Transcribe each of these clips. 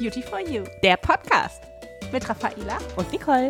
Beauty for You, der Podcast mit Raffaela und Nicole.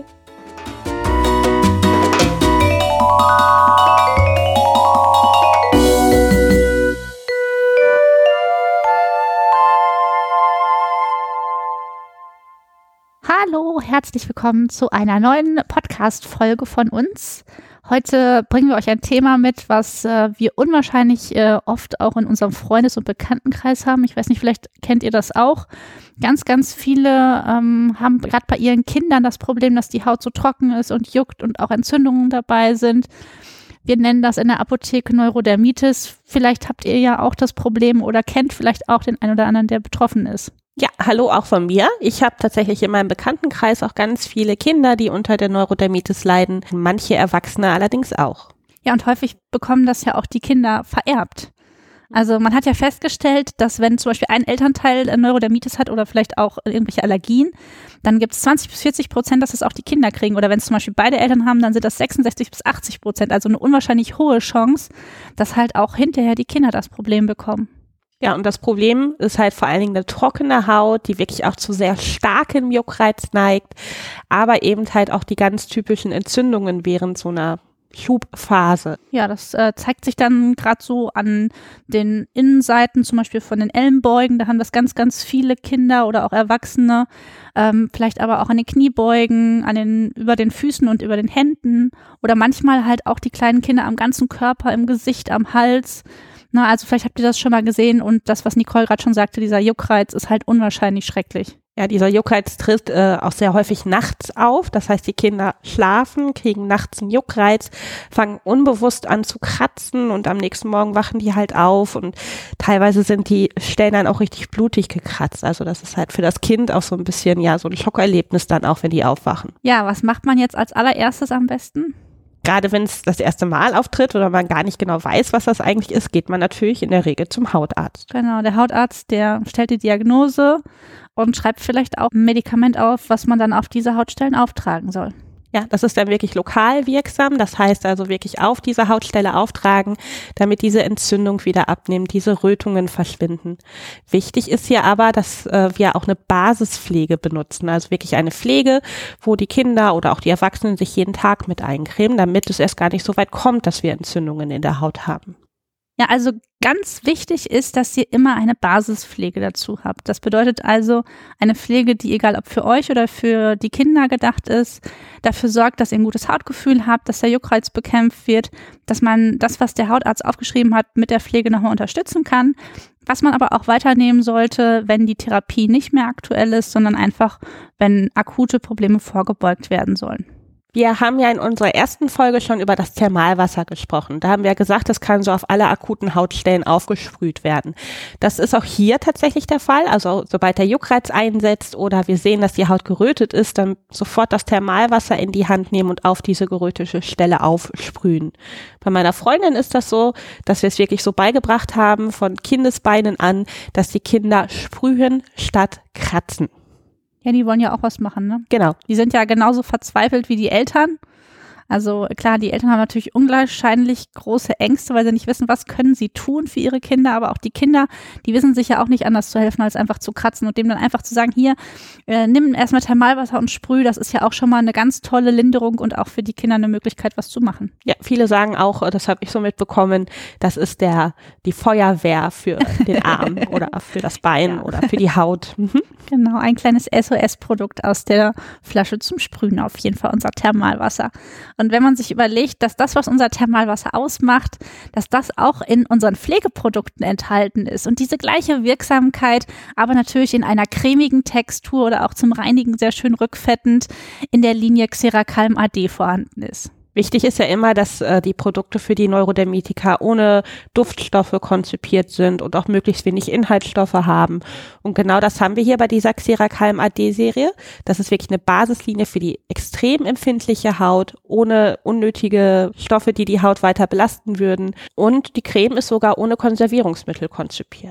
Hallo, herzlich willkommen zu einer neuen Podcast-Folge von uns. Heute bringen wir euch ein Thema mit, was wir unwahrscheinlich oft auch in unserem Freundes- und Bekanntenkreis haben. Ich weiß nicht, vielleicht kennt ihr das auch. Ganz, ganz viele haben gerade bei ihren Kindern das Problem, dass die Haut so trocken ist und juckt und auch Entzündungen dabei sind. Wir nennen das in der Apotheke Neurodermitis. Vielleicht habt ihr ja auch das Problem oder kennt vielleicht auch den einen oder anderen, der betroffen ist. Ja, hallo auch von mir. Ich habe tatsächlich in meinem Bekanntenkreis auch ganz viele Kinder, die unter der Neurodermitis leiden. Manche Erwachsene allerdings auch. Ja, und häufig bekommen das ja auch die Kinder vererbt. Also man hat ja festgestellt, dass wenn zum Beispiel ein Elternteil Neurodermitis hat oder vielleicht auch irgendwelche Allergien, dann gibt es 20-40%, dass es auch die Kinder kriegen. Oder wenn es zum Beispiel beide Eltern haben, dann sind das 66-80%. Also eine unwahrscheinlich hohe Chance, dass halt auch hinterher die Kinder das Problem bekommen. Ja, und das Problem ist halt vor allen Dingen eine trockene Haut, die wirklich auch zu sehr starkem Juckreiz neigt, aber eben halt auch die ganz typischen Entzündungen während so einer Schubphase. Ja, das zeigt sich dann gerade so an den Innenseiten, zum Beispiel von den Ellenbeugen. Da haben das ganz, ganz viele Kinder oder auch Erwachsene. Vielleicht aber auch an den Kniebeugen, über den Füßen und über den Händen. Oder manchmal halt auch die kleinen Kinder am ganzen Körper, im Gesicht, am Hals. Na, also vielleicht habt ihr das schon mal gesehen. Und das, was Nicole gerade schon sagte, dieser Juckreiz ist halt unwahrscheinlich schrecklich. Ja, dieser Juckreiz tritt auch sehr häufig nachts auf. Das heißt, die Kinder schlafen, kriegen nachts einen Juckreiz, fangen unbewusst an zu kratzen und am nächsten Morgen wachen die halt auf und teilweise sind die Stellen dann auch richtig blutig gekratzt. Also das ist halt für das Kind auch so ein bisschen, ja, so ein Schockerlebnis dann auch, wenn die aufwachen. Ja, was macht man jetzt als allererstes am besten? Gerade wenn es das erste Mal auftritt oder man gar nicht genau weiß, was das eigentlich ist, geht man natürlich in der Regel zum Hautarzt. Genau, der Hautarzt, der stellt die Diagnose und schreibt vielleicht auch ein Medikament auf, was man dann auf diese Hautstellen auftragen soll. Ja, das ist dann wirklich lokal wirksam. Das heißt also wirklich auf diese Hautstelle auftragen, damit diese Entzündung wieder abnimmt, diese Rötungen verschwinden. Wichtig ist hier aber, dass wir auch eine Basispflege benutzen. Also wirklich eine Pflege, wo die Kinder oder auch die Erwachsenen sich jeden Tag mit eincremen, damit es erst gar nicht so weit kommt, dass wir Entzündungen in der Haut haben. Ja, also ganz wichtig ist, dass ihr immer eine Basispflege dazu habt. Das bedeutet also eine Pflege, die egal ob für euch oder für die Kinder gedacht ist, dafür sorgt, dass ihr ein gutes Hautgefühl habt, dass der Juckreiz bekämpft wird, dass man das, was der Hautarzt aufgeschrieben hat, mit der Pflege nochmal unterstützen kann. Was man aber auch weiternehmen sollte, wenn die Therapie nicht mehr aktuell ist, sondern einfach, wenn akute Probleme vorgebeugt werden sollen. Wir haben ja in unserer ersten Folge schon über das Thermalwasser gesprochen. Da haben wir gesagt, das kann so auf alle akuten Hautstellen aufgesprüht werden. Das ist auch hier tatsächlich der Fall. Also sobald der Juckreiz einsetzt oder wir sehen, dass die Haut gerötet ist, dann sofort das Thermalwasser in die Hand nehmen und auf diese gerötete Stelle aufsprühen. Bei meiner Freundin ist das so, dass wir es wirklich so beigebracht haben, von Kindesbeinen an, dass die Kinder sprühen statt kratzen. Ja, die wollen ja auch was machen, ne? Genau. Die sind ja genauso verzweifelt wie die Eltern. Also klar, die Eltern haben natürlich unwahrscheinlich große Ängste, weil sie nicht wissen, was können sie tun für ihre Kinder. Aber auch die Kinder, die wissen sich ja auch nicht anders zu helfen, als einfach zu kratzen und dem dann einfach zu sagen, hier, nimm erstmal Thermalwasser und sprüh. Das ist ja auch schon mal eine ganz tolle Linderung und auch für die Kinder eine Möglichkeit, was zu machen. Ja, viele sagen auch, das habe ich so mitbekommen, das ist die Feuerwehr für den Arm oder für das Bein oder für die Haut. Mhm. Genau, ein kleines SOS-Produkt aus der Flasche zum Sprühen, auf jeden Fall unser Thermalwasser. Und wenn man sich überlegt, dass das, was unser Thermalwasser ausmacht, dass das auch in unseren Pflegeprodukten enthalten ist und diese gleiche Wirksamkeit, aber natürlich in einer cremigen Textur oder auch zum Reinigen sehr schön rückfettend in der Linie Xeracalm AD vorhanden ist. Wichtig ist ja immer, dass die Produkte für die Neurodermitika ohne Duftstoffe konzipiert sind und auch möglichst wenig Inhaltsstoffe haben. Und genau das haben wir hier bei dieser Xeracalm AD-Serie. Das ist wirklich eine Basislinie für die extrem empfindliche Haut, ohne unnötige Stoffe, die die Haut weiter belasten würden. Und die Creme ist sogar ohne Konservierungsmittel konzipiert.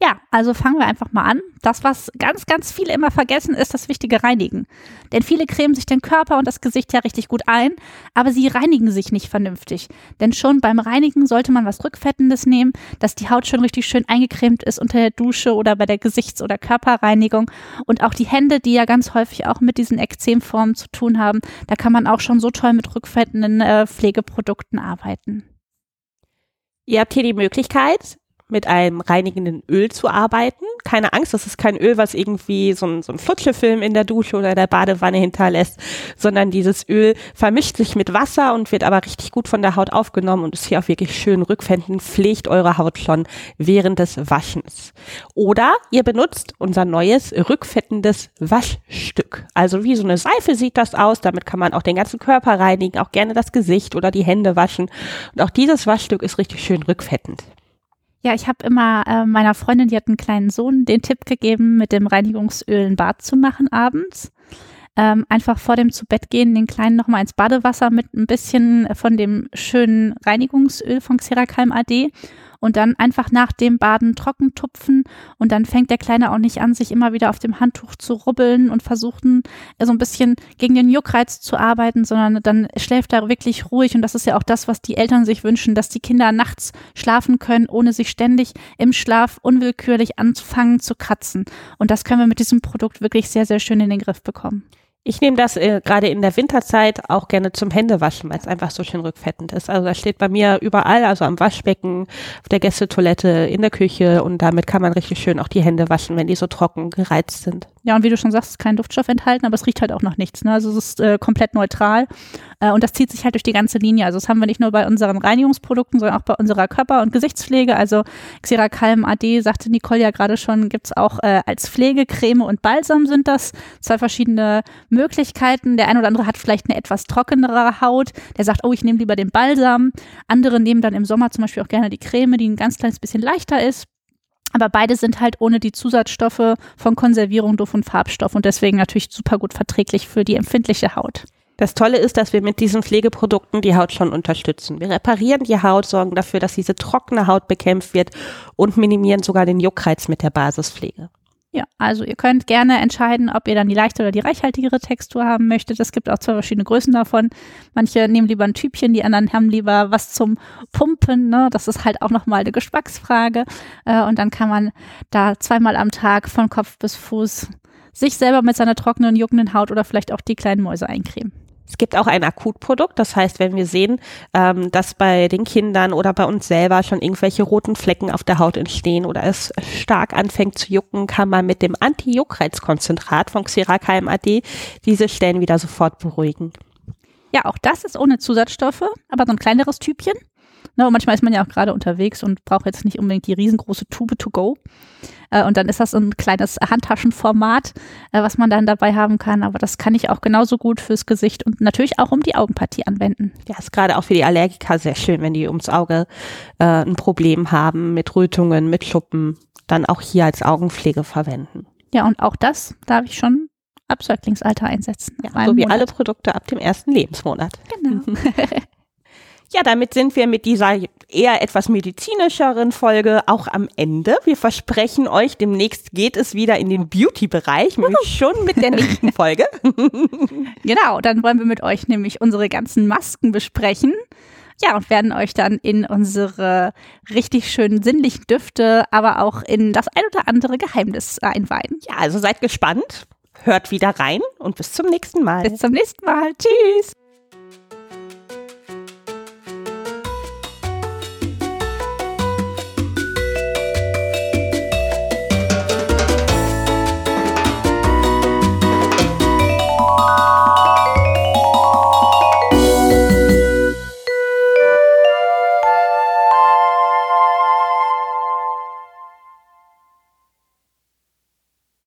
Ja, also fangen wir einfach mal an. Das, was ganz, ganz viele immer vergessen, ist das wichtige Reinigen. Denn viele cremen sich den Körper und das Gesicht ja richtig gut ein, aber sie reinigen sich nicht vernünftig. Denn schon beim Reinigen sollte man was Rückfettendes nehmen, dass die Haut schon richtig schön eingecremt ist unter der Dusche oder bei der Gesichts- oder Körperreinigung. Und auch die Hände, die ja ganz häufig auch mit diesen Ekzemformen zu tun haben, da kann man auch schon so toll mit rückfettenden Pflegeprodukten arbeiten. Ihr habt hier die Möglichkeit, mit einem reinigenden Öl zu arbeiten. Keine Angst, das ist kein Öl, was irgendwie so ein Flutschefilm in der Dusche oder der Badewanne hinterlässt, sondern dieses Öl vermischt sich mit Wasser und wird aber richtig gut von der Haut aufgenommen und ist hier auch wirklich schön rückfettend, pflegt eure Haut schon während des Waschens. Oder ihr benutzt unser neues rückfettendes Waschstück. Also wie so eine Seife sieht das aus, damit kann man auch den ganzen Körper reinigen, auch gerne das Gesicht oder die Hände waschen. Und auch dieses Waschstück ist richtig schön rückfettend. Ja, ich habe immer meiner Freundin, die hat einen kleinen Sohn, den Tipp gegeben, mit dem Reinigungsöl ein Bad zu machen abends. Einfach vor dem Zubettgehen den Kleinen nochmal ins Badewasser mit ein bisschen von dem schönen Reinigungsöl von Xeracalm AD und dann einfach nach dem Baden trocken tupfen und dann fängt der Kleine auch nicht an, sich immer wieder auf dem Handtuch zu rubbeln und versuchen so ein bisschen gegen den Juckreiz zu arbeiten, sondern dann schläft er wirklich ruhig und das ist ja auch das, was die Eltern sich wünschen, dass die Kinder nachts schlafen können, ohne sich ständig im Schlaf unwillkürlich anfangen zu kratzen. Und das können wir mit diesem Produkt wirklich sehr, sehr schön in den Griff bekommen. Ich nehme das gerade in der Winterzeit auch gerne zum Händewaschen, weil es einfach so schön rückfettend ist. Also das steht bei mir überall, also am Waschbecken, auf der Gästetoilette, in der Küche und damit kann man richtig schön auch die Hände waschen, wenn die so trocken gereizt sind. Ja, und wie du schon sagst, ist kein Duftstoff enthalten, aber es riecht halt auch noch nichts. Ne? Also es ist komplett neutral und das zieht sich halt durch die ganze Linie. Also das haben wir nicht nur bei unseren Reinigungsprodukten, sondern auch bei unserer Körper- und Gesichtspflege. Also Xeracalm AD, sagte Nicole ja gerade schon, gibt's auch als Pflegecreme und Balsam sind das. 2 verschiedene Möglichkeiten. Der eine oder andere hat vielleicht eine etwas trockenere Haut. Der sagt, oh, ich nehme lieber den Balsam. Andere nehmen dann im Sommer zum Beispiel auch gerne die Creme, die ein ganz kleines bisschen leichter ist. Aber beide sind halt ohne die Zusatzstoffe von Konservierung, Duft und Farbstoff und deswegen natürlich super gut verträglich für die empfindliche Haut. Das Tolle ist, dass wir mit diesen Pflegeprodukten die Haut schon unterstützen. Wir reparieren die Haut, sorgen dafür, dass diese trockene Haut bekämpft wird und minimieren sogar den Juckreiz mit der Basispflege. Ja, also ihr könnt gerne entscheiden, ob ihr dann die leichte oder die reichhaltigere Textur haben möchtet. Es gibt auch 2 verschiedene Größen davon. Manche nehmen lieber ein Tübchen, die anderen haben lieber was zum Pumpen. Ne? Das ist halt auch nochmal eine Geschmacksfrage. Und dann kann man da 2-mal am Tag von Kopf bis Fuß sich selber mit seiner trockenen, juckenden Haut oder vielleicht auch die kleinen Mäuse eincremen. Es gibt auch ein Akutprodukt, das heißt, wenn wir sehen, dass bei den Kindern oder bei uns selber schon irgendwelche roten Flecken auf der Haut entstehen oder es stark anfängt zu jucken, kann man mit dem Anti-Juckreiz-Konzentrat von Xeracalm AD diese Stellen wieder sofort beruhigen. Ja, auch das ist ohne Zusatzstoffe, aber so ein kleineres Tübchen. Ne, und manchmal ist man ja auch gerade unterwegs und braucht jetzt nicht unbedingt die riesengroße Tube to go. Und dann ist das ein kleines Handtaschenformat, was man dann dabei haben kann. Aber das kann ich auch genauso gut fürs Gesicht und natürlich auch um die Augenpartie anwenden. Ja, ist gerade auch für die Allergiker sehr schön, wenn die ums Auge ein Problem haben mit Rötungen, mit Schuppen, dann auch hier als Augenpflege verwenden. Ja, und auch das darf ich schon ab Säuglingsalter einsetzen. Ja, so wie alle Produkte ab dem 1. Lebensmonat. Genau. Ja, damit sind wir mit dieser eher etwas medizinischeren Folge auch am Ende. Wir versprechen euch, demnächst geht es wieder in den Beauty-Bereich, nämlich schon mit der nächsten Folge. Genau, dann wollen wir mit euch nämlich unsere ganzen Masken besprechen. Ja, und werden euch dann in unsere richtig schönen sinnlichen Düfte, aber auch in das ein oder andere Geheimnis einweihen. Ja, also seid gespannt, hört wieder rein und bis zum nächsten Mal. Bis zum nächsten Mal. Tschüss.